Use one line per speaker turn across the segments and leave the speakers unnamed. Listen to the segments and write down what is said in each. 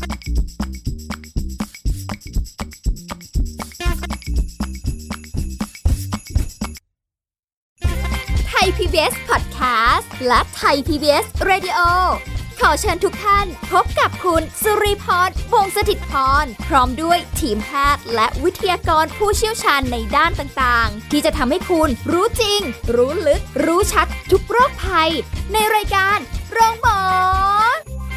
ไทย PBS Podcast และไทย PBS Radio ขอเชิญทุกท่านพบกับคุณสุริพร วงศ์สถิตย์พรพร้อมด้วยทีมแพทย์และวิทยากรผู้เชี่ยวชาญในด้านต่างๆที่จะทำให้คุณรู้จริงรู้ลึกรู้ชัดทุกโรคภัยในรายการโรงพยาบาล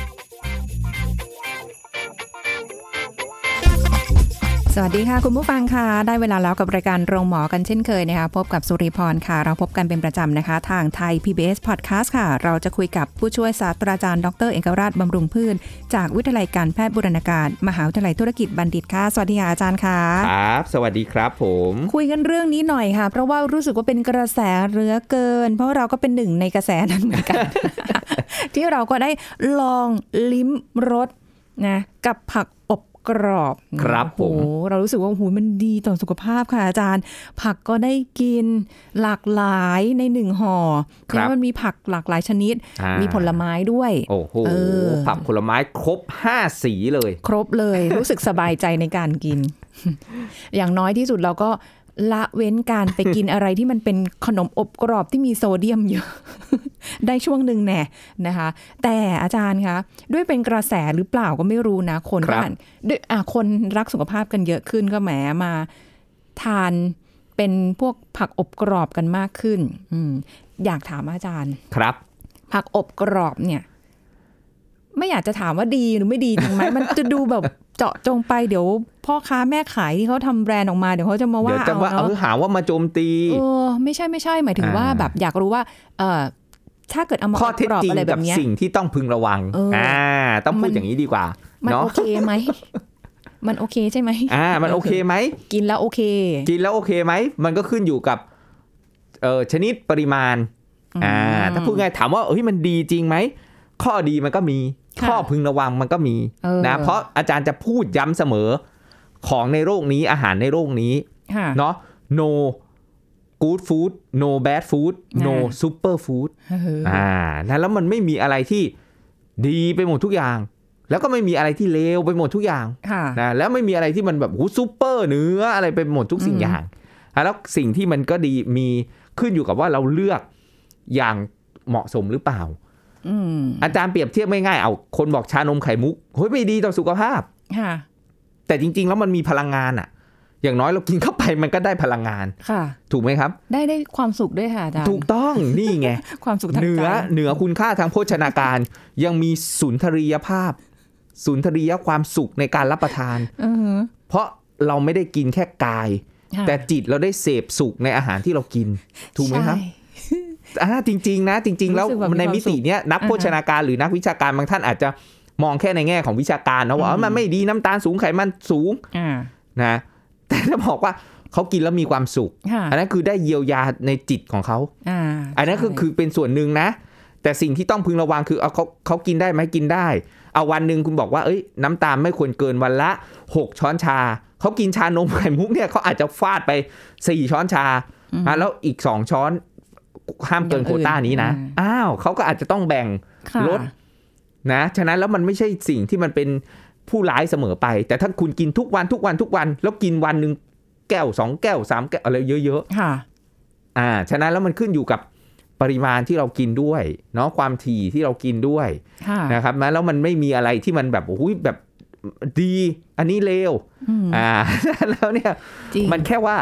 สวัสดีค่ะคุณผู้ฟังค่ะได้เวลาแล้วกับรายการโรงหมอกันเช่นเคยนะคะพบกับสุริพรค่ะเราพบกันเป็นประจำนะคะทางไทย PBS Podcast ค่ะเราจะคุยกับผู้ช่วยศาสตราจารย์ดร.เอกราชบำรุงพืชจากวิทยาลัยการแพทย์บูรณาการมหาวิทยาลัยธุรกิจบัณฑิตค่ะสวัสดีค่ะอาจารย์ค่ะ
ครับสวัสดีครับผม
คุยกันเรื่องนี้หน่อยค่ะเพราะว่ารู้สึกว่าเป็นกระแสเหลือเกินเพราะเราก็เป็นหนึ่งในกระแสนั้นเหมือนกัน ที่เราก็ได้ลองลิ้มรสนะกับผักอบกรอบ
ครับผม
เรารู้สึกว่าหูมันดีต่อสุขภาพค่ะอาจารย์ผักก็ได้กินหลากหลายในหนึ่งห่อแล้วมันมีผักหลากหลายชนิดมีผลไม้ด้วย
โอ้โหผักผลไม้ครบ5สีเลย
ครบเลยรู้สึกสบายใจในการกิน อย่างน้อยที่สุดเราก็ละเว้นการไปกินอะไรที่มันเป็นขนมอบกรอบที่มีโซเดียมเยอะ ได้ช่วงหนึ่งแน่นะคะแต่อาจารย์คะด้วยเป็นกระแสหรือเปล่าก็ไม่รู้นะคนด้วยคนรักสุขภาพกันเยอะขึ้นก็แหมมาทานเป็นพวกผักอบกรอบกันมากขึ้นอยากถามอาจารย์
ครับ
ผักอบกรอบเนี่ยไม่อยากจะถามว่าดีหรือไม่ดีจริงไหม มันจะดูแบบเจาะจงไปเดี๋ยวพ่อค้าแม่ขายที่เขาทำแบรนด์ออกมาเดี๋ยวเขาจะมาว่า
หาว่ามาโจมตี
ไม่ใช่หมายถึงว่าแบบอยากรู้ว่าถ้าเกิดเอามา
ข้อเท็จจริงกับสิ่งที่ต้องพึงระวังต้องพูดอย่างนี้ดีกว่า
มันโอเคไหมมันโอเคใช่ไหม
มันโอเคไหม
กินแล้วโอเค
ไหมมันก็ขึ้นอยู่กับชนิดปริมาณถ้าพูดง่ายถามว่ามันดีจริงไหมข้อดีมันก็มีข้อพึงระวังมันก็มีนะเพราะอาจารย์จะพูดย้ำเสมอของในโลกนี้อาหารในโลกนี้เนาะ no good food no bad food no super food นะแล้วมันไม่มีอะไรที่ดีไปหมดทุกอย่างแล้วก็ไม่มีอะไรที่เลวไปหมดทุกอย่างนะแล้วไม่มีอะไรที่มันแบบซูเปอร์เนื้ออะไรไปหมดทุกสิ่งอย่างแล้วสิ่งที่มันก็ดีมีขึ้นอยู่กับว่าเราเลือกอย่างเหมาะสมหรือเปล่าอาจารย์เปรียบเทียบง่ายๆเอาคนบอกชานมไข่มุกเฮ้ยไม่ดีต่อสุขภาพแต่จริงๆแล้วมันมีพลังงานอะอย่างน้อยเรากินเข้าไปมันก็ได้พลังงานถูกไหมครับ
ได้ความสุขด้วยค่ะอาจารย์
ถูกต้องนี่ไง
ความสุขทางใจ
เหนือคุณค่าทางโภชนาการ ยังมีสุนทรียภาพสุนทรียความสุขในการรับประทานเพราะเราไม่ได้กินแค่กายแต่จิตเราได้เสพสุขในอาหารที่เรากินถูกไหมครับจริงๆนะจริงๆแล้วในมิติเนี้ยนักโภชนาการหรือนักวิชาการบางท่านอาจจะมองแค่ในแง่ของวิชาการนะว่ามันไม่ดีน้ำตาลสูงไขมันสูงนะแต่ถ้าบอกว่าเขากินแล้วมีความสุขอันนั้นคือได้เยียวยาในจิตของเขาอันนั้นคือเป็นส่วนหนึ่งนะแต่สิ่งที่ต้องพึงระวังคือเขากินได้ไหมกินได้เอาวันนึงคุณบอกว่าน้ำตาลไม่ควรเกินวันละ6ช้อนชาเขากินชานมไข่มุกเนี่ยเขาอาจจะฟาดไป4ช้อนชาแล้วอีก2ช้อนห้ามเกินโควต้านี้นะเขาก็อาจจะต้องแบ่งลดนะฉะนั้นแล้วมันไม่ใช่สิ่งที่มันเป็นผู้ร้ายเสมอไปแต่ถ้าคุณกินทุกวันแล้วกินวันนึงแก้ว2แก้ว3แก้วอะไรเยอะๆฉะนั้นแล้วมันขึ้นอยู่กับปริมาณที่เรากินด้วยเนาะความถี่ที่เรากินด้วยนะครับแล้วมันไม่มีอะไรที่มันแบบแบบดีอันนี้เลวแล้วเนี่ยมันแค่ว่า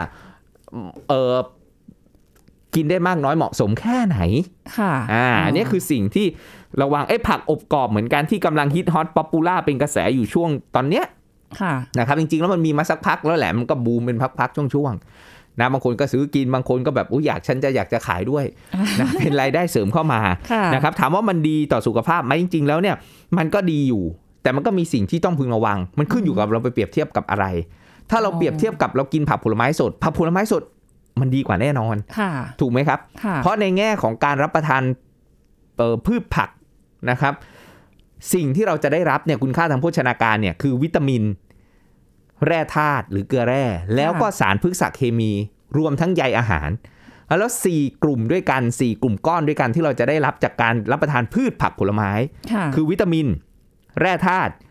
กินได้มากน้อยเหมาะสมแค่ไหนอันนี้คือสิ่งที่ระวังผักอบกรอบเหมือนกันที่กำลังฮิตฮอตป๊อปปูล่าเป็นกระแสอยู่ช่วงตอนเนี้ยนะครับจริงๆแล้วมันมีมาสักพักแล้วแหละมันก็บูมเป็นพักๆช่วงๆนะบางคนก็ซื้อกินบางคนก็แบบอยากจะขายด้วยนะเป็นรายได้เสริมเข้ามานะครับถามว่ามันดีต่อสุขภาพไหมจริงๆแล้วเนี่ยมันก็ดีอยู่แต่มันก็มีสิ่งที่ต้องพึงระวังมันขึ้นอยู่กับเราไปเปรียบเทียบกับอะไรถ้าเราเปรียบเทียบกับเรากินผักผลไม้สดมันดีกว่าแน่นอนถูกไหมครับเพราะในแง่ของการรับประทานพืชผักนะครับสิ่งที่เราจะได้รับเนี่ยคุณค่าทางโภชนาการเนี่ยคือวิตามินแร่ธาตุหรือเกลือแร่แล้วก็สารพฤกษเคมีรวมทั้งใยอาหารแล้ว4กลุ่มด้วยกัน4กลุ่มก้อนด้วยกันที่เราจะได้รับจากการรับประทานพืชผักผลไม้คือวิตามินแร่ธาตุ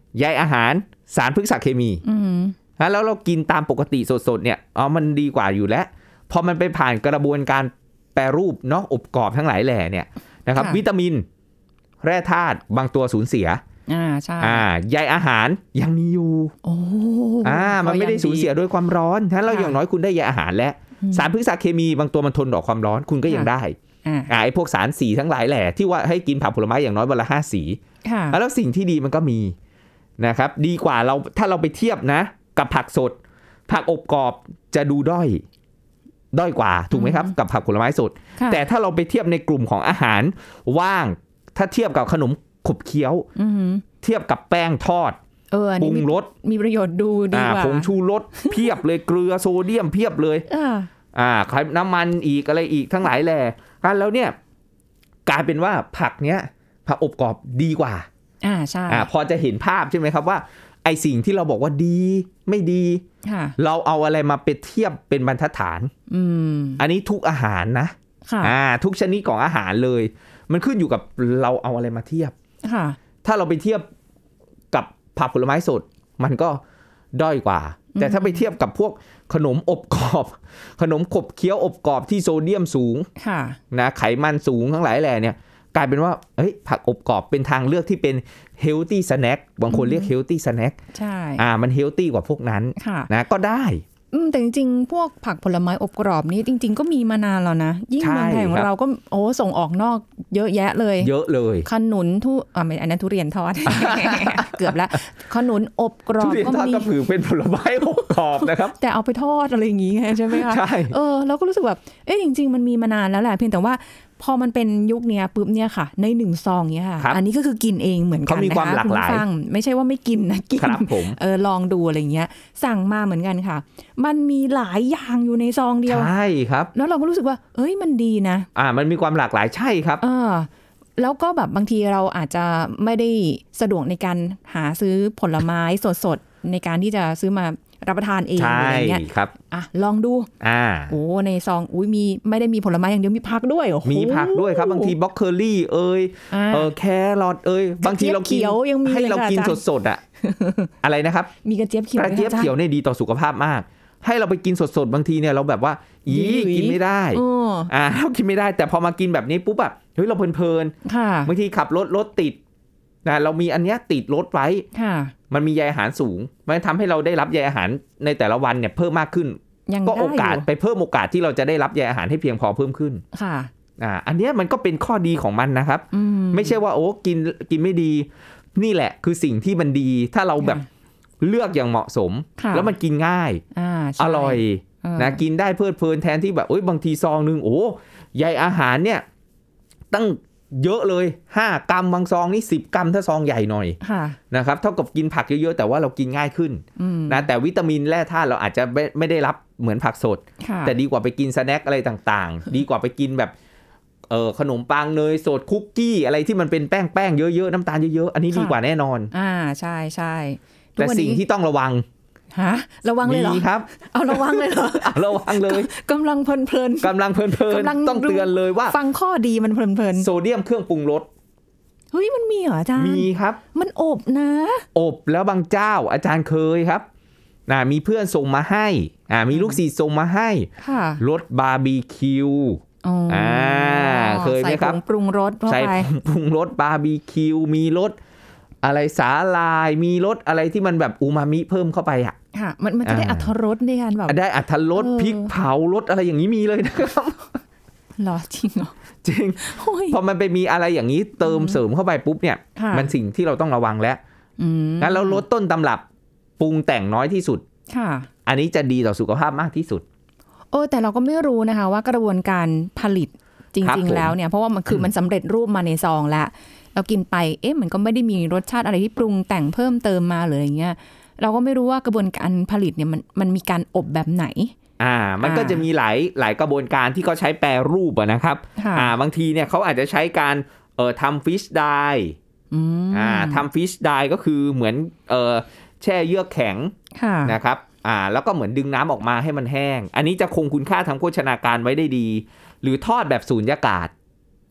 ใยอาหารสารพฤกษเคมีแล้วเรากินตามปกติสดๆเนี่ยมันดีกว่าอยู่แล้วพอมันไปผ่านกระบวนการแปรรูปเนาะอบกรอบทั้งหลายแหล่เนี่ยนะครับวิตามินแร่ธาตุบางตัวสูญเสีย
ใช่
ใยอาหารยังมีอยู่มันไม่ได้สูญเสียด้วยความร้อนฉะนั้นเราอย่างน้อยคุณได้ใยอาหารและสารพฤกษเคมีบางตัวมันทนต่อความร้อนคุณก็ยังได้ไอ้พวกสารสีทั้งหลายแหล่ที่ว่าให้กินผักผลไม้อย่างน้อยวันละ5 สีแล้วสิ่งที่ดีมันก็มีนะครับดีกว่าเราถ้าเราไปเทียบนะกับผักสดผักอบกรอบจะดูด้อยกว่าถูกไหมครับกับผักผลไม้สดแต่ถ้าเราไปเทียบในกลุ่มของอาหารว่างถ้าเทียบกับขนมขบเคี้ยวเทียบกับแป้งทอดปรุงรส
มีประโยชน์ดูดีกว่า
ผงชูรสเพียบเลยเกลือโซเดียมเพียบเลยน้ำมันอีกอะไรอีกทั้งหลายแหล่แล้วเนี่ยกลายเป็นว่าผักเนี้ยผักอบกรอบดีกว่า
ใช่
พอจะเห็นภาพใช่ไหมครับว่าไอสิ่งที่เราบอกว่าดีไม่ดีเราเอาอะไรมาไปเทียบเป็นบรรทัดฐานอันนี้ทุกอาหารนะทุกชนิดของอาหารเลยมันขึ้นอยู่กับเราเอาอะไรมาเทียบถ้าเราไปเทียบกับผักผลไม้สดมันก็ด้อยกว่าแต่ถ้าไปเทียบกับพวกขนมอบกรอบขนมขบเคี้ยวอบกรอบที่โซเดียมสูงนะไขมันสูงทั้งหลายแหล่เนี่ยกลายเป็นว่าผักอบกรอบเป็นทางเลือกที่เป็น healthy snack บางคนเรียก healthy snack
ใช่
มัน healthy กว่าพวกนั้นนะก็ได้
แต่จริงๆพวกผักผลไม้อบกรอบนี้จริงๆก็มีมานานแล้วนะยิ่งเมืองไทยของเราก็ส่งออกนอกเยอะแยะเลยขนุนอันนั้นทุเรียนทอด เกือบแล้วขนุนอบกรอบ
ก็มีก็ถือเป็นผลไม้อบกรอบนะครับ
แต่เอาไปทอดอะไรอย่างงี้ใช่ไหมคะ
ใช่
แล้วก็รู้สึกแบบจริงๆมันมีมานานแล้วแหละเพียงแต่ว่าพอมันเป็นยุคนี้ปุ๊บเนี่ยค่ะใน1ซองเนี้ยค่ะอันนี้ก็คือกินเองเหมือนกัน
นะคะคุณผู้
ฟังไม่ใช่ว่าไม่กินนะกินลองดูอะไรเงี้ยสั่งมาเหมือนกันค่ะมันมีหลายอย่างอยู่ในซองเดียว
ใช่ครับ
แล้วเราก็รู้สึกว่ามันดีนะ
มันมีความหลากหลายใช่ครับ
แล้วก็แบบบางทีเราอาจจะไม่ได้สะดวกในการหาซื้อผลไม้สดๆในการที่จะซื้อมารับประทานเองอะไรเงี้ย
ครับ
ลองดูในซองมีไม่ได้มีผลไม้อย่างเดียวมีผักด้วย
มีผักด้วยครับบางทีบล็อกเคอรี่แครอทบางทีเรากินให้เรากินสดๆอะไรนะครับ
มีกระเจี๊ยบเขียว
เนี่ยดีต่อสุขภาพมากให้เราไปกินสดๆบางทีเนี่ยเราแบบว่ากินไม่ได้เรากินไม่ได้แต่พอมากินแบบนี้ปุ๊บเราเพลินๆบางทีขับรถติดนะเรามีอันเนี้ยติดรถไว้มันมีใยอาหารสูงมันทำให้เราได้รับใยอาหารในแต่ละวันเนี่ยเพิ่มมากขึ้นก็โอกาสไปเพิ่มโอกาสที่เราจะได้รับใยอาหารให้เพียงพอเพิ่มขึ้นอันเนี้ยมันก็เป็นข้อดีของมันนะครับไม่ใช่ว่ากินไม่ดีนี่แหละคือสิ่งที่มันดีถ้าเราแบบเลือกอย่างเหมาะสมแล้วมันกินง่ายอร่อยนะกินได้เพลิดเพลินแทนที่แบบบางทีซองนึงใยอาหารเนี่ยตั้งเยอะเลย5 กรัมบางซองนี่10 กรัมถ้าซองใหญ่หน่อยนะครับเท่ากับกินผักเยอะๆแต่ว่าเรากินง่ายขึ้นนะแต่วิตามินแร่ธาตุเราอาจจะไม่ได้รับเหมือนผักสดแต่ดีกว่าไปกินสแน็คอะไรต่างๆดีกว่าไปกินแบบขนมปังเนยสดคุกกี้อะไรที่มันเป็นแป้งเยอะๆน้ำตาลเยอะๆอันนี้ดีกว่าแน่นอน
ใช่ๆ
แต่สิ่งที่ต้องระวัง
ระวังเลยเหรอ
มีครับ
ระวังเลยเหรอ
ระวังเลย
กำลังเพลิน
ต้องเตือนเลยว่า
ฟังข้อดีมันเพลิน
โซเดียมเครื่องปรุงรส
มันมีเหรออาจารย์
มีครับ
มันอบนะ
อบแล้วบางเจ้าอาจารย์เคยครับมีเพื่อนส่งมาให้มีลูกศิษย์ส่งมาให้รสบาร์บีคิวเคยไหมครับ
ใส่ผงปรุงรส
ใส่ปรุงรสบาร์บีคิวมีรสอะไรสาลายมีรสอะไรที่มันแบบอูมามิเพิ่มเข้าไป
มันจะได้อรรถรสในการแบบ
ได้อรรถรสพริกเผารสอะไรอย่างนี้มีเลยนะครับ
หรอจริงเหรอ
จริงพอมันไปมีอะไรอย่างนี้เติมเสริมเข้าไปปุ๊บเนี่ยมันสิ่งที่เราต้องระวังแล้วงั้นเราลดต้นตำรับปรุงแต่งน้อยที่สุดอันนี้จะดีต่อสุขภาพมากที่สุด
แต่เราก็ไม่รู้นะคะว่ากระบวนการผลิตจริงๆแล้วเนี่ยเพราะว่ามันสำเร็จรูปมาในซองแล้วเรากินไปมันก็ไม่ได้มีรสชาติอะไรที่ปรุงแต่งเพิ่มเติมมาหรืออะไรเงี้ยเราก็ไม่รู้ว่ากระบวนการผลิตเนี่ยมันมีการอบแบบไหน
มันก็จะมีหลายกระบวนการที่เขาใช้แปรรูปนะครับบางทีเนี่ยเขาอาจจะใช้การทำฟิชไดทำฟิชไดก็คือเหมือนแช่เยือกแข็งนะครับแล้วก็เหมือนดึงน้ำออกมาให้มันแห้งอันนี้จะคงคุณค่าทางโภชนาการไว้ได้ดีหรือทอดแบบสูญญากาศ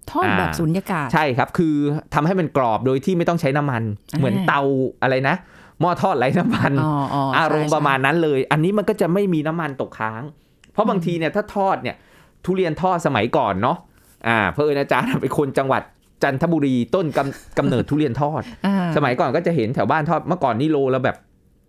ทอดแบบสุญญากาศ
ใช่ครับคือทำให้มันกรอบโดยที่ไม่ต้องใช้น้ำมันเหมือนเตาอะไรนะหม้อทอดไร้น้ำมันอารมณ์ประมาณนั้นเลยอันนี้มันก็จะไม่มีน้ำมันตกค้างเพราะบางทีเนี่ยถ้าทอดเนี่ยทุเรียนทอดสมัยก่อนเนาะเพื่อนอาจารย์เป็นคนจังหวัดจันทบุรีต้นกำเนิดทุเรียนทอดสมัยก่อนก็จะเห็นแถวบ้านทอดเมื่อก่อนนี่โลแล้วแบบ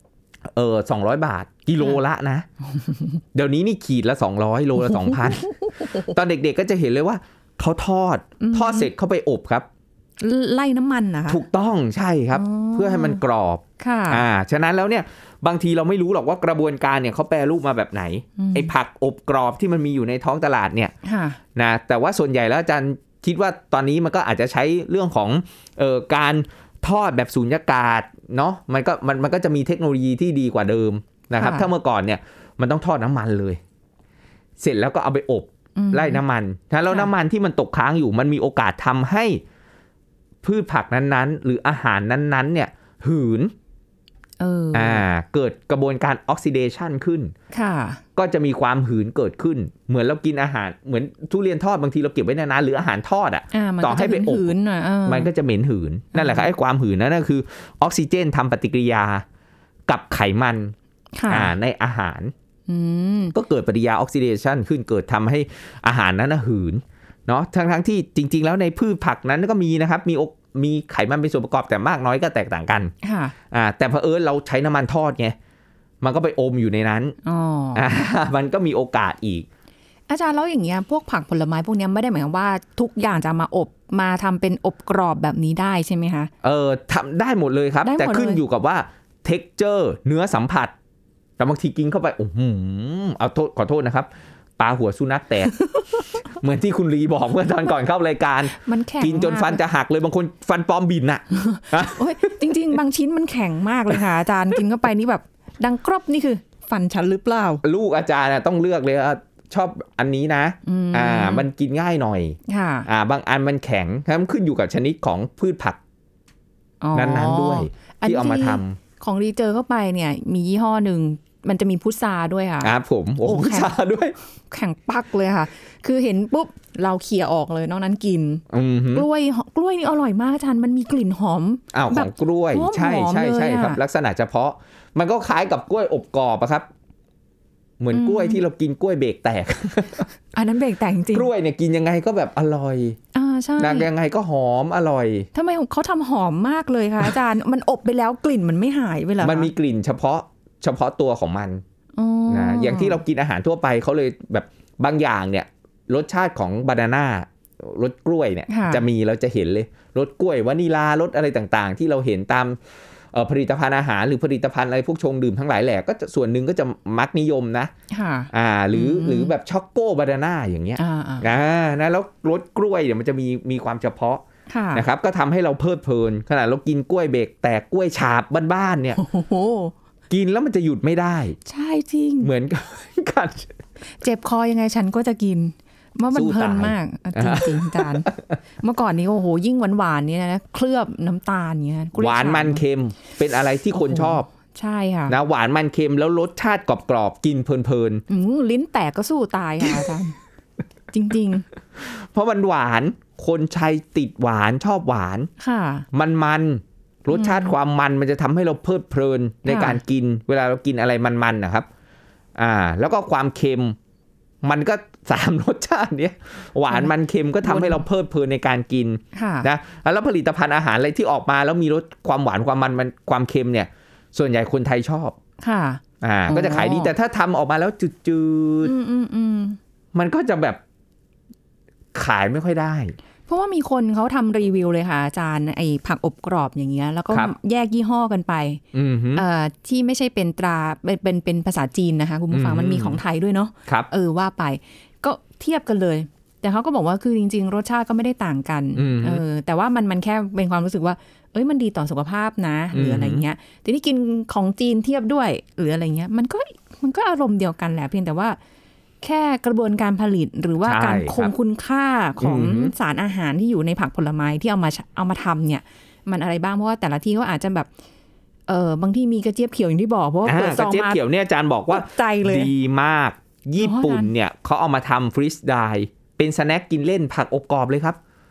200 บาทกิโลละนะเดี๋ยวนี้นี่ขีดละ200โลละ 2,000 ตอนเด็กๆก็จะเห็นเลยว่าเขาทอดเสร็จเขาไปอบครับ
ไล่น้ำมันนะคะ
ถูกต้องใช่ครับเพื่อให้มันกรอบฉะนั้นแล้วเนี่ยบางทีเราไม่รู้หรอกว่ากระบวนการเนี่ยเขาแปรรูปมาแบบไหนไอ้ผักอบกรอบที่มันมีอยู่ในท้องตลาดเนี่ยนะแต่ว่าส่วนใหญ่แล้วอาจารย์คิดว่าตอนนี้มันก็อาจจะใช้เรื่องของการทอดแบบสุญญากาศเนาะมันก็จะมีเทคโนโลยีที่ดีกว่าเดิมนะครับถ้าเมื่อก่อนเนี่ยมันต้องทอดน้ำมันเลยเสร็จแล้วก็เอาไปอบไล่น้ำมันแล้วน้ำมันที่มันตกค้างอยู่มันมีโอกาสทำให้พืชผักนั้นๆหรืออาหารนั้นๆเนี่ยหืนเกิดกระบวนการออกซิเดชันขึ้นก็จะมีความหืนเกิดขึ้นเหมือนเรากินอาหารเหมือนทุเรียนทอดบางทีเราเก็บไว้นานๆหรืออาหารทอดต่อให้ไปอบมันก็จะเหม็นหืนนั่นแหละครับไอ้ความหืนนั่นคือออกซิเจนทำปฏิกิริยากับไขมันในอาหารก็เกิดปฏิกิริยาออกซิเดชันขึ้นเกิดทำให้อาหารนั้นหืนเนาะทั้งที่จริงๆแล้วในพืชผักนั้นก็มีนะครับมีไขมันเป็นส่วนประกอบแต่มากน้อยก็แตกต่างกันแต่เผอิญเราใช้น้ำมันทอดไงมันก็ไปอมอยู่ในนั้นมันก็มีโอกาสอีก
อาจารย์แล้วอย่างเงี้ยพวกผักผลไม้พวกนี้ไม่ได้หมายความว่าทุกอย่างจะมาอบมาทำเป็นอบกรอบแบบนี้ได้ใช่ไหมคะ
ทำได้หมดเลยครับแต่ขึ้นอยู่กับว่า texture เนื้อสัมผัสแต่บางทีกินเข้าไปขอโทษนะครับปลาหัวสุนัขแตก เหมือนที่คุณลีบอกเมื่อตอนก่อนเข้ารายการกินจนฟันจะหักเลยบางคนฟันปลอมบินน่ะ
โอ้ยจริงๆบางชิ้นมันแข็งมากเลยค่ะอาจารย์กินเข้าไปนี่แบบดังกรอบนี่คือฟันฉันหรือเปล่า
ลูกอาจารย์ต้องเลือกเลยชอบอันนี้นะมันกินง่ายหน่อยบางอันมันแข็งมันขึ้นอยู่กับชนิดของพืชผักนั้นๆด้วยที่เอามาท
ำของรีเจอเข้าไปเนี่ยมียี่ห้อหนึ่งมันจะมีพุทราด้วยค่ะ
ผมพุทราด้วย
แข็งปักเลยค่ะคือเห็นปุ๊บเราเขี่ยออกเลยนอกนั้นกินกล้วยนี่อร่อยมากอาจารย์มันมีกลิ่นหอม
ของกล้วยใช่ครับลักษณะเฉพาะมันก็คล้ายกับกล้วยอบกรอบครับเหมือนกล้วยที่เรากินกล้วยเบรกแตก
อันนั้นเบรกแตกจริง
กล้วยเนี่ยกินยังไงก็แบบอร่อย
ใช่
ยังไงก็หอมอร่อย
ทำไมเขาทำหอมมากเลยคะอาจารย์มันอบไปแล้วกลิ่นมันไม่หายไปหรอ
มันมีกลิ่นเฉพาะตัวของมันนะอย่างที่เรากินอาหารทั่วไปเขาเลยแบบบางอย่างเนี่ยรสชาติของบานาน่ารสกล้วยเนี่ยจะมีเราจะเห็นเลยรสกล้วยวานิลารสอะไรต่างๆที่เราเห็นตามผลิตภัณฑ์อาหารหรือผลิตภัณฑ์อะไรพวกชงดื่มทั้งหลายแหละก็ส่วนหนึ่งก็จะมักนิยมนะหรือแบบช็อกโกบานาน่าอย่างเงี้ยนะแล้วรสกล้วยเนี่ยมันจะมีความเฉพาะนะครับก็ทำให้เราเพลิดเพลินขนาดเรากินกล้วยเบรกแตกกล้วยฉาบบ้านๆเนี่ยกินแล้วมันจะหยุดไม่ได้
ใช่จริง
เหมือนกัน
เจ็บคอยังไงฉันก็จะกินเมื่อมันเพลินมากจริงๆจานเมื่อก่อนนี้โอ้โหยิ่งหวานๆนี่นะเคลือบน้ำตาลเงี้ย
หวานมันเค็มเป็นอะไรที่คนชอบ
ใช่ค่ะ
นะหวานมันเค็มแล้วรสชาติกรอบๆกินเพลิน
ๆลิ้นแตกก็สู้ตายค่ะอาจารย์จริง
ๆเพราะมันหวานคนใช้ติดหวานชอบหวาน
ค่ะ
มันรสชาติความมันจะทำให้เราเพลิดเพลินในการกินเวลาเรากินอะไรมันๆนะครับแล้วก็ความเค็มมันก็3รสชาติเนี้ยหวานมันเค็มก็ทำให้เราเพลิดเพลินในการกินนะแล้วผลิตภัณฑ์อาหารอะไรที่ออกมาแล้วมีรสความหวานความมันความเค็มเนี่ยส่วนใหญ่คนไทยชอบก็จะขายดีแต่ถ้าทำออกมาแล้วจืดๆมันก็จะแบบขายไม่ค่อยได้
เพราะว่ามีคนเขาทำรีวิวเลยค่ะอาจารย์ไอ้ผักอบกรอบอย่างเงี้ยแล้วก็แยกยี่ห้อกันไปที่ไม่ใช่เป็นตราเป็นภาษาจีนนะคะคุณผู้ฟังมันมีของไทยด้วยเนาะว่าไปก็เทียบกันเลยแต่เขาก็บอกว่าคือจริงๆรสชาติก็ไม่ได้ต่างกันแต่ว่ามันแค่เป็นความรู้สึกว่ามันดีต่อสุขภาพนะหรืออะไรเงี้ยทีนี้กินของจีนเทียบด้วยหรืออะไรเงี้ยมันก็อารมณ์เดียวกันแหละเพียงแต่ว่าแค่กระบวนการผลิตหรือว่าการคงคุณค่าของสารอาหารที่อยู่ในผักผลไม้ที่เอามาทำเนี่ยมันอะไรบ้างเพราะว่าแต่ละที่ก็อาจจะแบบบางที่มีกระเจี๊ยบเขียวอย่างที่บอกเพราะว่าเปิดซองมาก
ระเจี๊ยบเขียวเนี่ยอาจารย์บอกว่าดีมากญี่ปุ่นเนี่ยเขาเอามาทำฟรีสไดร์เป็นสแน็คกินเล่นผักอบกรอบเลยครับ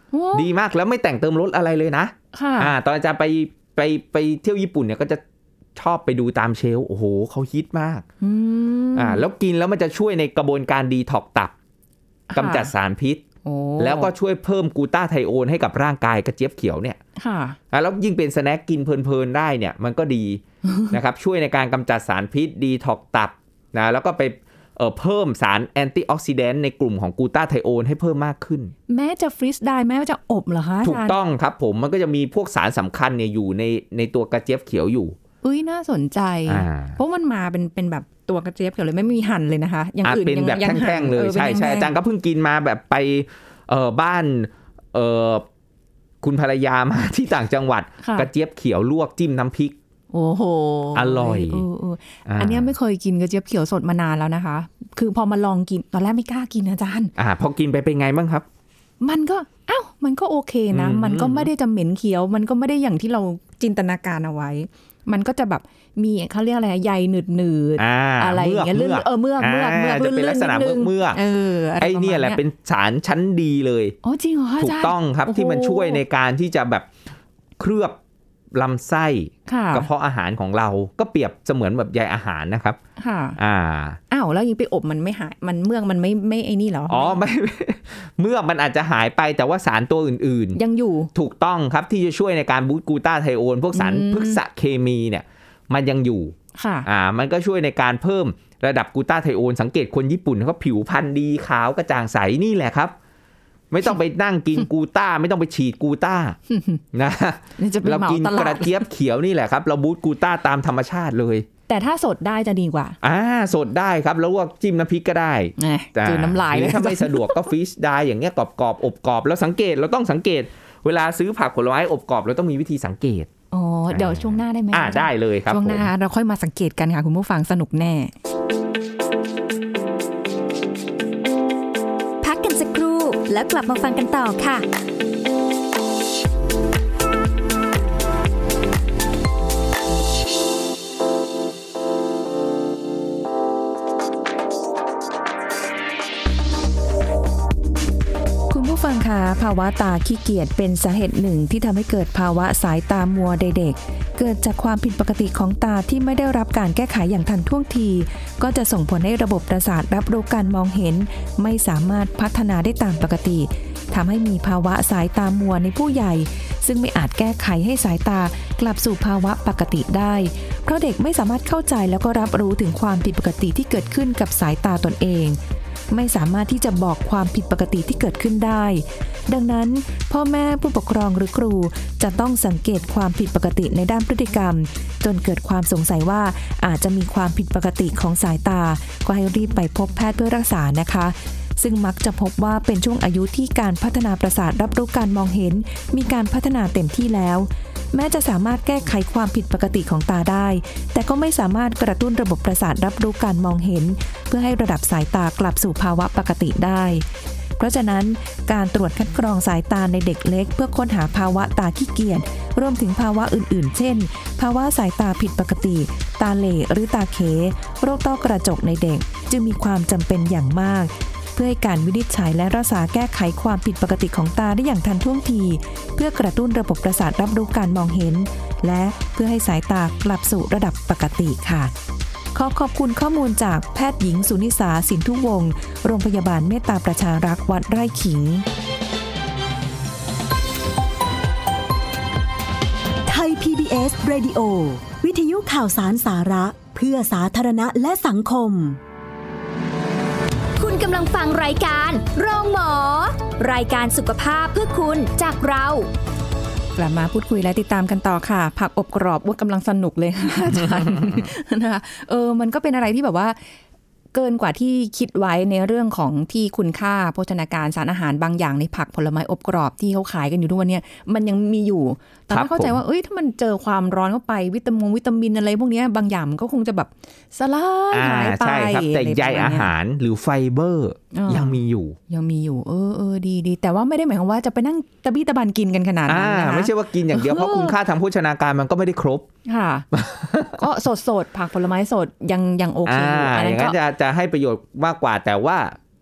ดีมากแล้วไม่แต่งเติมรสอะไรเลยนะตอนอาจารย์ไปเที่ยวญี่ปุ่นเนี่ยก็จะชอบไปดูตามเชลฟ์โอ้โหเขาฮิตมากแล้วกินแล้วมันจะช่วยในกระบวนการดีท็อกตับกำจัดสารพิษแล้วก็ช่วยเพิ่มกลูตาไทโอนให้กับร่างกายกระเจี๊ยบเขียวเนี่ยแล้วยิ่งเป็นสแน็คกินเพลินๆได้เนี่ยมันก็ดี นะครับช่วยในการกำจัดสารพิษดีท็อกตับนะแล้วก็ไปเพิ่มสารแอนตี้ออกซิแดนต์ในกลุ่มของกลูตาไทโอนให้เพิ่มมากขึ้น
แม้จะฟรีซได้แม้ว่าจะอบเหรอคะ
ถูกต้องครับผมมันก็จะมีพวกสารสำคัญเนี่ยอยู่ในตัวกระเจี๊ยบเขียวอยู่
น่าสนใจเพราะมันมาเป็นแบบตัวกระเจี๊ยบเขียวเลยไม่มีหั่นเลยนะคะ
อย่างอื่นเป็นแบบแท่งๆเลยใช่อาจารย์ก็เพิ่งกินมาแบบไปบ้านคุณภรรยามาที่ต่างจังหวัดกระเจี๊ยบเขียวลวกจิ้มน้ำพริก
โอ้โห
อร่อย
อันนี้ไม่เคยกินกระเจี๊ยบเขียวสดมานานแล้วนะคะคือพอมาลองกินตอนแรกไม่กล้ากินอาจารย์
พอกินไปเป็นไงบ้างครับ
มันก็โอเคนะมันก็ไม่ได้จะเหม็นเขียวมันก็ไม่ได้อย่างที่เราจินตนาการเอาไว้มันก็จะแบบมีเขาเรียกอะไรใยหนืดๆอะไรอย่างเงี้ยเมือก
จะเป็นลักษณะเมือกไอ้เนี่ยแหละเป็นสารชั้นดีเลย
อ๋อจริงเหรอ
ถูกต้องครับที่มันช่วยในการที่จะแบบเคลือบลำไส้กระเพาะอาหารของเราก็เปรียบเสมือนแบบใยอาหารนะครับ
แล้วยิงไปอบมันไม่หายมันเมือกมันไม่ไอ้นี่เหรอ
ไม่เมือกมันอาจจะหายไปแต่ว่าสารตัวอื่น
ๆยังอยู่
ถูกต้องครับที่จะช่วยในการบูสต์กลูตาไทโอนพวกสารพฤกษเคมีเนี่ยมันยังอยู่มันก็ช่วยในการเพิ่มระดับกลูตาไทโอนสังเกตคนญี่ปุ่นเขาผิวพรรณดีขาวกระจ่างใสนี่แหละครับไม่ต้องไปนั่งกินกูต้าไม่ต้องไปฉีดกูต้านะเรากินกระเจี๊ยบเขียวนี่แหละครับเราบูสต์กูต้าตามธรรมชาติเลย
แต่ถ้าสดได้จะดีกว่า
สดได้ครับแล้วว่าจิ้มน้ำพริกก็ได้
คือน้ำลายเลย
ถ้าไม่สะดวกก็ฟรีซได้อย่างเงี้ยกรอบๆอบกรอบแล้วเราต้องสังเกตเวลาซื้อผักผลไม้อบกรอบเราต้องมีวิธีสังเกต
เดี๋ยวช่วงหน้าได้ไหม
ได้เลยครับ
ช่วงหน้าเราค่อยมาสังเกตกันค่ะคุณผู้ฟังสนุกแน่
แล้วกลับมาฟังกันต่อค่ะ
คุณผู้ฟังคะภาวะตาขี้เกียจเป็นสาเหตุหนึ่งที่ทำให้เกิดภาวะสายตามัวในเด็กเกิดจากความผิดปกติของตาที่ไม่ได้รับการแก้ไขอย่างทันท่วงทีก็จะส่งผลให้ระบบประสาทรับรู้การมองเห็นไม่สามารถพัฒนาได้ตามปกติทำให้มีภาวะสายตามัวในผู้ใหญ่ซึ่งไม่อาจแก้ไขให้สายตากลับสู่ภาวะปกติได้เพราะเด็กไม่สามารถเข้าใจแล้วก็รับรู้ถึงความผิดปกติที่เกิดขึ้นกับสายตาตนเองไม่สามารถที่จะบอกความผิดปกติที่เกิดขึ้นได้ดังนั้นพ่อแม่ผู้ปกครองหรือครูจะต้องสังเกตความผิดปกติในด้านพฤติกรรมจนเกิดความสงสัยว่าอาจจะมีความผิดปกติของสายตาก็ให้รีบไปพบแพทย์เพื่อรักษานะคะซึ่งมักจะพบว่าเป็นช่วงอายุที่การพัฒนาประสาทรับรู้การมองเห็นมีการพัฒนาเต็มที่แล้วแม้จะสามารถแก้ไขความผิดปกติของตาได้แต่ก็ไม่สามารถกระตุ้นระบบประสาทรับรู้การมองเห็นเพื่อให้ระดับสายตากลับสู่ภาวะปกติได้เพราะฉะนั้นการตรวจคัดกรองสายตาในเด็กเล็กเพื่อค้นหาภาวะตาขี้เกียจรวมถึงภาวะอื่นๆเช่นภาวะสายตาผิดปกติตาเหล่หรือตาเขโรคต้อกระจกในเด็กจึงมีความจำเป็นอย่างมากเพื่อให้การวินิจฉัยและรักษาแก้ไขความผิดปกติของตาได้อย่างทันท่วงทีเพื่อกระตุ้นระบบประสาทรับรู้การมองเห็นและเพื่อให้สายตากลับสู่ระดับปกติค่ะขอบคุณข้อมูลจากแพทย์หญิงสุนิสาสินทุวงศ์โรงพยาบาลเมตตาประชารักษ์วัดไร่ขิง
ไทย PBS Radio วิทยุข่าวสารสาระเพื่อสาธารณะและสังคม
คุณกำลังฟังรายการโรงหมอรายการสุขภาพเพื่อคุณจากเรา
กลับมาพูดคุยและติดตามกันต่อค่ะผักอบกรอบว่ากำลังสนุกเลยค่ะอาจารย์นะคะมันก็เป็นอะไรที่แบบว่าเกินกว่าที่คิดไว้ในเรื่องของที่คุณค่าโภชนาการสารอาหารบางอย่างในผักผลไม้อบกรอบที่เขาขายกันอยู่ทุกวันนี้มันยังมีอยู่แต่ไม่เข้าใจว่าถ้ามันเจอความร้อนเข้าไปวิตามินอะไรพวกนี้บางอย่างมันก็คงจะแบบสลายหายไป
ใช่ครับแต่ใยอาหารหรือไฟเบอร์ยังมีอยู่
ดีแต่ว่าไม่ได้หมายความว่าจะไปนั่งตะบี้ตะบันกินกันขนาดนั้นนะคะ
ไม่ใช่ว่ากินอย่างเดียวเพราะคุณค่าทางโภชนาการมันก็ไม่ได้ครบ
ค่ะก็สดผักผลไม้สดยังโอเคอยู่
อย่างนั้นจะให้ประโยชน์มากกว่าแต่ว่า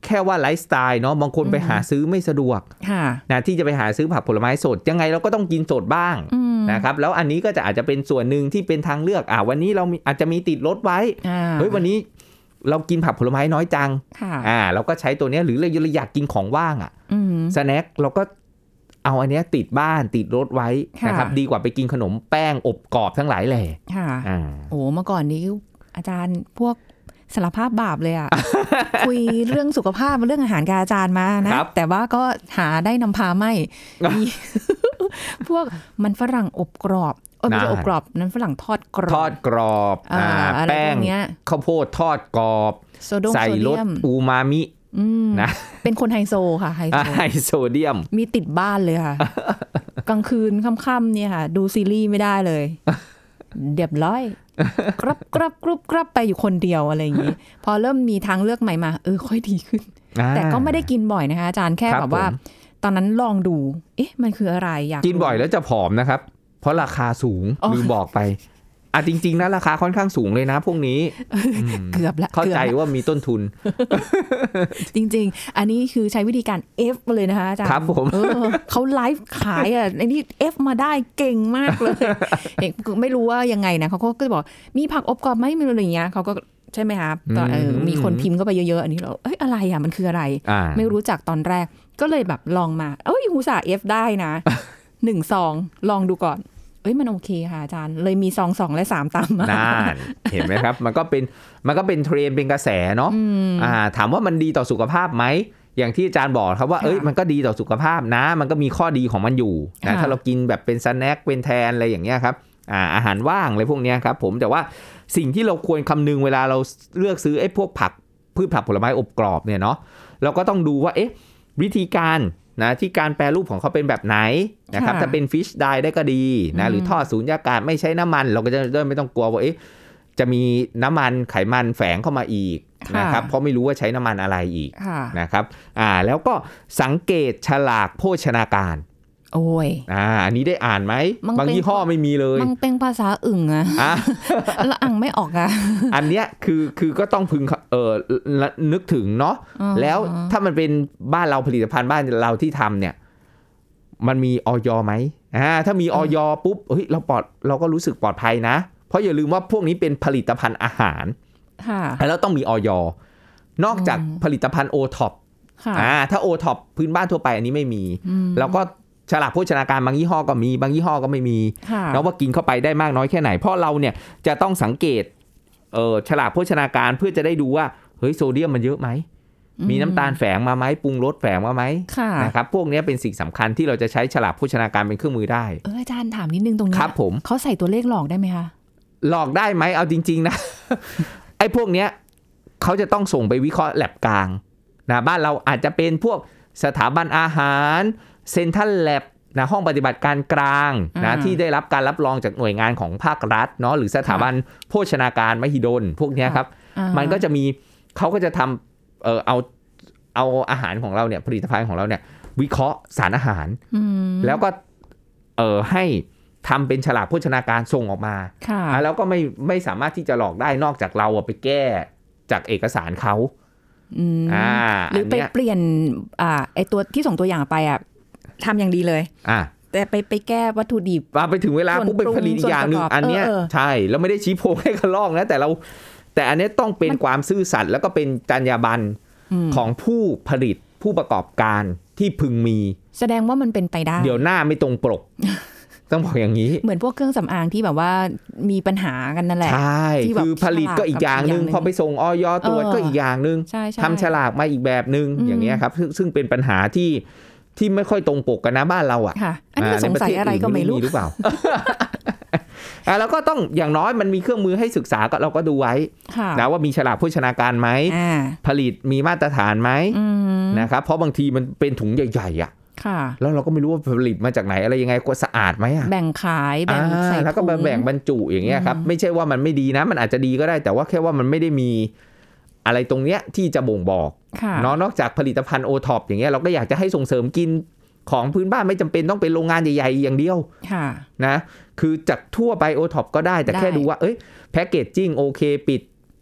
แค่ว่าไลฟ์สไตล์เนาะบางคนไปหาซื้อไม่สะดวกนะที่จะไปหาซื้อผักผลไม้สดยังไงเราก็ต้องกินสดบ้างนะครับแล้วอันนี้ก็อาจจะเป็นส่วนหนึ่งที่เป็นทางเลือกวันนี้เราอาจจะมีติดรถไว้เฮ้ยวันนี้เรากินผักผลไม้น้อยจังเราก็ใช้ตัวนี้หรือเราอยากกินของว่างสแน็คเราก็เอาอันนี้ติดบ้านติดรถไว้นะครับดีกว่าไปกินขนมแป้งอบกรอบทั้งหลายแหล่
โอ้เมื่อก่อนนี้อาจารย์พวกสารภาพบาปเลยคุยเรื่องสุขภาพเรื่องอาหารกับอาจารย์มานะแต่ว่าก็หาได้นำพาไม่มีพวกมันฝรั่งอบกรอบไม่ใช่อบกรอบนั้นฝรั่งทอดกรอบ
แป้งข้าวโพดทอดกรอบใส่รสอูมามินะ
เป็นคนไฮโซค่ะไฮ
โซเดียม
มีติดบ้านเลยค่ะกลางคืนค่ำๆเนี่ยค่ะดูซีรีส์ไม่ได้เลยเรียบร้อยกรับไปอยู่คนเดียวอะไรอย่างนี้พอเริ่มมีทางเลือกใหม่มาค่อยดีขึ้นแต่ก็ไม่ได้กินบ่อยนะคะอาจารย์แค่แบบว่าตอนนั้นลองดูมันคืออะไรอยาก
กินบ่อยแล้วจะผอมนะครับเพราะราคาสูงลืมบอกไปจริงๆนะราคาค่อนข้างสูงเลยนะพวกนี้
เกือบละ
เข้าใจว่ามีต้นทุน
จริงๆอันนี้คือใช้วิธีการ F เลยนะคะอาจารย์
ครับผม
เขาไลฟ์ขายไอ้นี่ F มาได้เก่งมากเลยไม่รู้ว่ายังไงนะเขาก็จะบอกมีผักอบกรอบไหมมีอะไรอย่างเงี้ยเขาก็ใช่ไหมคะตอนมีคนพิมพ์เข้าไปเยอะๆอันนี้เราอะไรมันคืออะไรไม่รู้จักตอนแรกก็เลยแบบลองมาอุตส่าห์ F ได้นะ1 ซองลองดูก่อนมันโอเคค่ะอาจารย์เลยมีซอง2และ3ตามมา
เห็นไหมครับมันก็เป็นเทรนด์เป็นกระแสเนาะถามว่ามันดีต่อสุขภาพไหมอย่างที่อาจารย์บอกครับว่ามันก็ดีต่อสุขภาพนะมันก็มีข้อดีของมันอยู่นะถ้าเรากินแบบเป็นสแน็คเป็นแทนอะไรอย่างเงี้ยครับอาหารว่างอะไรพวกนี้ครับผมแต่ว่าสิ่งที่เราควรคำนึงเวลาเราเลือกซื้อพวกพืชผักผลไม้อบกรอบเนี่ยเนาะเราก็ต้องดูว่าวิธีการนะที่การแปรรูปของเขาเป็นแบบไหนนะครับถ้าเป็นฟิชไดได้ก็ดีนะหรือทอดสูญญากาศไม่ใช้น้ำมันเราก็จะไม่ต้องกลัวว่าจะมีน้ำมันไขมันแฝงเข้ามาอีกนะครับเพราะไม่รู้ว่าใช้น้ำมันอะไรอีกนะครับแล้วก็สังเกตฉลากโภชนาการอันนี้ได้อ่านไหมบางยี่ห้อไม่มีเลย
มันเป็นภาษาอึ่งแล้วอ่านไม่ออก
อันเนี้ยคือก็ต้องพึงนึกถึงเนาะแล้วถ้ามันเป็นบ้านเราผลิตภัณฑ์บ้านเราที่ทำเนี่ยมันมีอย.ไหมถ้ามีอย.ปุ๊บเราก็รู้สึกปลอดภัยนะเพราะอย่าลืมว่าพวกนี้เป็นผลิตภัณฑ์อาหารแล้วต้องมีอย.นอกจากผลิตภัณฑ์โอท็อปถ้าโอท็อปพื้นบ้านทั่วไปอันนี้ไม่มีแล้วก็ฉลากโภชนาการบางยี่ห้อก็มีบางยี่ห้อก็ไม่มีแล้วว่ากินเข้าไปได้มากน้อยแค่ไหนเพราะเราเนี่ยจะต้องสังเกตฉลากโภชนาการเพื่อจะได้ดูว่าเฮ้ยโซเดียมมันเยอะไหมมีน้ำตาลแฝงมาไหมปรุงรสแฝงมาไหมนะครับพวกนี้เป็นสิ่งสำคัญที่เราจะใช้ฉลากโภชนาการเป็นเครื่องมือได้
อาจารย์ถามนิดนึงตรงนี้
ครับผม
เขาใส่ตัวเลขหลอกได้ไหมคะ
หลอกได้ไหมเอาจริงๆนะ ไอ้พวกเนี้ยเขาจะต้องส่งไปวิเคราะห์แลบกลางนะบ้านเราอาจจะเป็นพวกสถาบันอาหารเซ็นทรัลแลบนะห้องปฏิบัติการกลางนะที่ได้รับการรับรองจากหน่วยงานของภาครัฐเนาะหรือสถาบันโภชนาการมหิดลพวกนี้ครับมันก็จะมีเขาก็จะทำเอาอาหารของเราเนี่ยผลิตภัณฑ์ของเราเนี่ยวิเคราะห์สารอาหารแล้วก็ให้ทำเป็นฉลากโภชนาการส่งออกมาแล้วก็ไม่สามารถที่จะหลอกได้นอกจากเราไปแก้จากเอกสารเขา
หรือไปเปลี่ยนไอตัวที่ส่งตัวอย่างไปทำอย่างดีเลยแต่ไปแก้วัตถุดิบ
ไปถึงเวลาปุ๊บเป็นผลิตอย่างนึงอันเนี้ยใช่แล้วไม่ได้ชี้โพงให้กระลอกนะแต่อันนี้ต้องเป็นความซื่อสัตย์แล้วก็เป็นจรรยาบรรณของผู้ผลิตผู้ประกอบการที่พึงมี
แสดงว่ามันเป็นไปได้
เดี๋ยวหน้าไม่ตรงปก ต้องบอกอย่างนี้
เหมือนพวกเครื่องสำอางที่แบบว่ามีปัญหากันนั่นแหละ
ใช่คือผลิตก็อีกอย่างนึงพอไปส่งอย.ตรวจก็อีกอย่างนึงทำฉลากมาอีกแบบนึงอย่างเงี้ยครับซึ่งเป็นปัญหาที่ไม่ค่อยตรงปกกันนะบ้านเรา
อันนี้สงสัยอะไรก็ไม่รู้
หรือเปล่า แล้วก็ต้องอย่างน้อยมันมีเครื่องมือให้ศึกษาก็เราก็ดูไว้นะว่ามีฉลากโภชนาการไหมผลิตมีมาตรฐานไหมนะครับเพราะบางทีมันเป็นถุงใหญ่ๆแล้วเราก็ไม่รู้ว่าผลิตมาจากไหนอะไรยังไงก็สะอาดไหม
แบ่งขายแบ่งใส่
แล้วก็แบ่งบรรจุอย่างเงี้ยครับไม่ใช่ว่ามันไม่ดีนะมันอาจจะดีก็ได้แต่ว่าแค่ว่ามันไม่ได้มีอะไรตรงเนี้ยที่จะบ่งบอกนอกจากผลิตภัณฑ์โอท็อปอย่างเงี้ยเราก็อยากจะให้ส่งเสริมกินของพื้นบ้านไม่จำเป็นต้องเป็นโรงงานใหญ่ๆอย่างเดียวนะคือจากทั่วไปโอท็อปก็ได้แต่แค่ดูว่าแพ็คเกจจิ้งโอเคปิด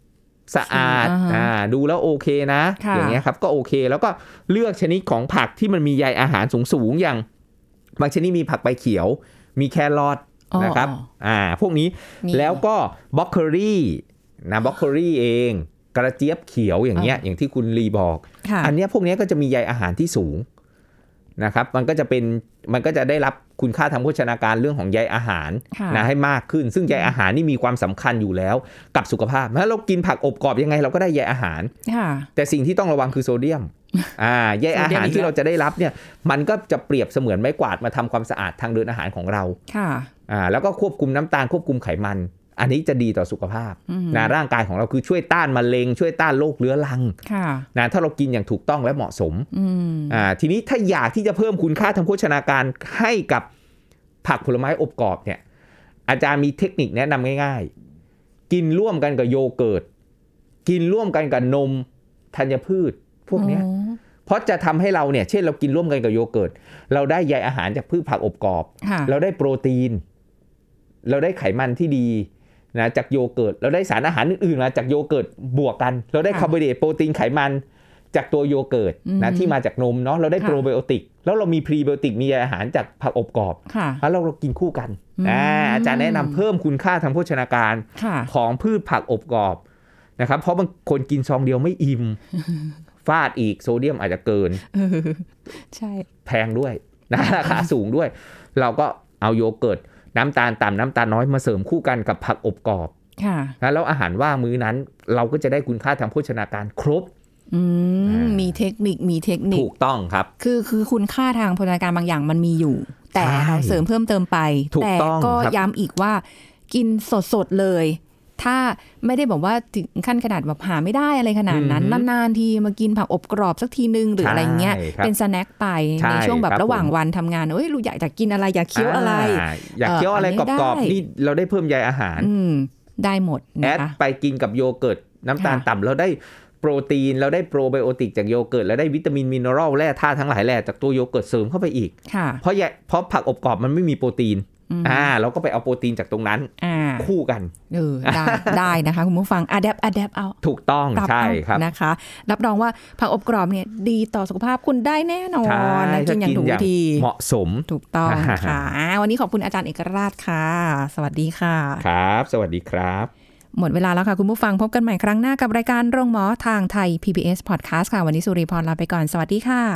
สะอาดดูแล้วโอเคนะอย่างเงี้ยครับก็โอเคแล้วก็เลือกชนิดของผักที่มันมีใยอาหารสูงๆอย่างบางชนิดมีผักใบเขียวมีแครอทนะครับพวกนี้แล้วก็บรอกโคลีนะบรอกโคลีเองกระเจี๊ยบเขียวอย่างเงี้ยอย่างที่คุณลีบอกอันเนี้ยพวกนี้ก็จะมีใยอาหารที่สูงนะครับมันก็จะได้รับคุณค่าทางโภชนาการเรื่องของใยอาหารนะให้มากขึ้นซึ่งใยอาหารนี่มีความสำคัญอยู่แล้วกับสุขภาพถ้าเรากินผักอบกรอบยังไงเราก็ได้ใยอาหารแต่สิ่งที่ต้องระวังคือโซเดียมใยอาหารที่เราจะได้รับเนี่ยมันก็จะเปรียบเสมือนไม้กวาดมาทำความสะอาดทางเดินอาหารของเราแล้วก็ควบคุมน้ำตาลควบคุมไขมันอันนี้จะดีต่อสุขภาพนะร่างกายของเราคือช่วยต้านมะเร็งช่วยต้านโรคเรื้อรังนะถ้าเรากินอย่างถูกต้องและเหมาะสมทีนี้ถ้าอยากที่จะเพิ่มคุณค่าทางโภชนาการให้กับผักผลไม้อบกรอบเนี่ยอาจารย์มีเทคนิคแนะนำง่ายๆกินร่วมกันกับโยเกิร์ตกินร่วมกันกับนมธัญพืชพวกนี้เพราะจะทำให้เราเนี่ยเช่นเรากินร่วมกันกับโยเกิร์ตเราได้ใยอาหารจากพืชผักอบกรอบเราได้โปรตีนเราได้ไขมันที่ดีนะจากโยเกิร์ตเราได้สารอาหารอื่นๆมาจากโยเกิร์ตบวกกันเราได้คาร์โบไฮเดรตโปรตีนไขมันจากตัวโยเกิร์ตนะที่มาจากนมเนาะเราได้โปรไบโอติกแล้วเรามีพรีไบโอติกมีอาหารจากผักอบกรอบแล้วเรากินคู่กันอาจารย์แนะนำเพิ่มคุณค่าทางโภชนาการของพืชผักอบกรอบนะครับเพราะบางคนกินซองเดียวไม่อิ่มฟาดอีกโซเดียมอาจจะเกิน
ใช่
แพงด้วยนะราคาสูงด้วยเราก็เอาโยเกิร์ตน้ำตาลต่ำน้ำตาลน้อยมาเสริมคู่กันกับผักอบกรอบแล้วอาหารว่างมื้อนั้นเราก็จะได้คุณค่าทางโภชนาการครบ
มีเทคนิค
ถูกต้องครับ
คือคุณค่าทางโภชนาการบางอย่างมันมีอยู่แต่เราเสริมเพิ่มเติมไปแต่ก็ย้ำอีกว่ากินสดๆเลยถ้าไม่ได้บอกว่าถึงขั้นขนาดแบบหาไม่ได้อะไรขนาดนั้นนานๆทีมากินผักอบกรอบสักทีนึงหรืออะไรเงี้ยเป็นสแน็คไปในช่วงแบบระหว่างวันทำงานรู้อยากจะกินอะไรอยากเคี้ยวอะไร
อยากเคี้ยวอะไรกรอบๆนี่เราได้เพิ่มใยอาหาร
ได้หมด
แอดไปกินกับโยเกิร์ตน้ำตาลต่ำเราได้โปรตีนเราได้โปรไบโอติกจากโยเกิร์ตแล้วได้วิตามินมินอรัลแร่ธาตุทั้งหลายแหล่จากตัวโยเกิร์ตเสริมเข้าไปอีกเพราะผักอบกรอบมันไม่มีโปรตีนเราก็ไปเอาโปรตีนจากตรงนั้นคู่กัน
ได้นะคะคุณผู้ฟังอะแดปเอา
ถูกต้องใช่ครับ
นะคะรับรองว่าผักอบกรอบเนี่ยดีต่อสุขภาพคุณได้แน่นอนนะกินอย่างถูกวิธี
เหมาะสม
ถูกต้องค่ะวันนี้ขอบคุณอาจารย์เอกราชค่ะสวัสดีค่ะ
ครับสวัสดีครับ
หมดเวลาแล้วค่ะคุณผู้ฟังพบกันใหม่ครั้งหน้ากับรายการโรงหมอทางไทย PBS Podcast ค่ะวันนี้สุริพรลาไปก่อนสวัสดีค่ะ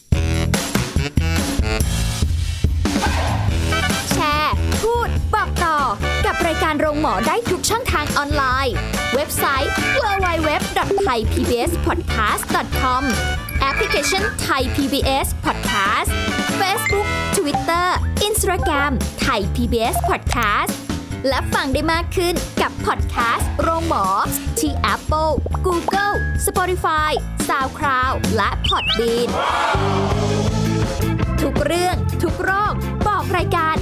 แชร์พูดบอกต่อกับรายการโรงหมอได้ทุกช่องทางออนไลน์เว็บไซต์ www.thaipbspodcast.com แอปพลิเคชัน Thai PBS Podcast Facebook Twitter Instagram Thai PBS Podcastและฟังได้มากขึ้นกับพอดแคสต์โรงหมอที่ Apple, Google, Spotify, SoundCloud และ Podbean ทุกเรื่องทุกโรคบอกรายการ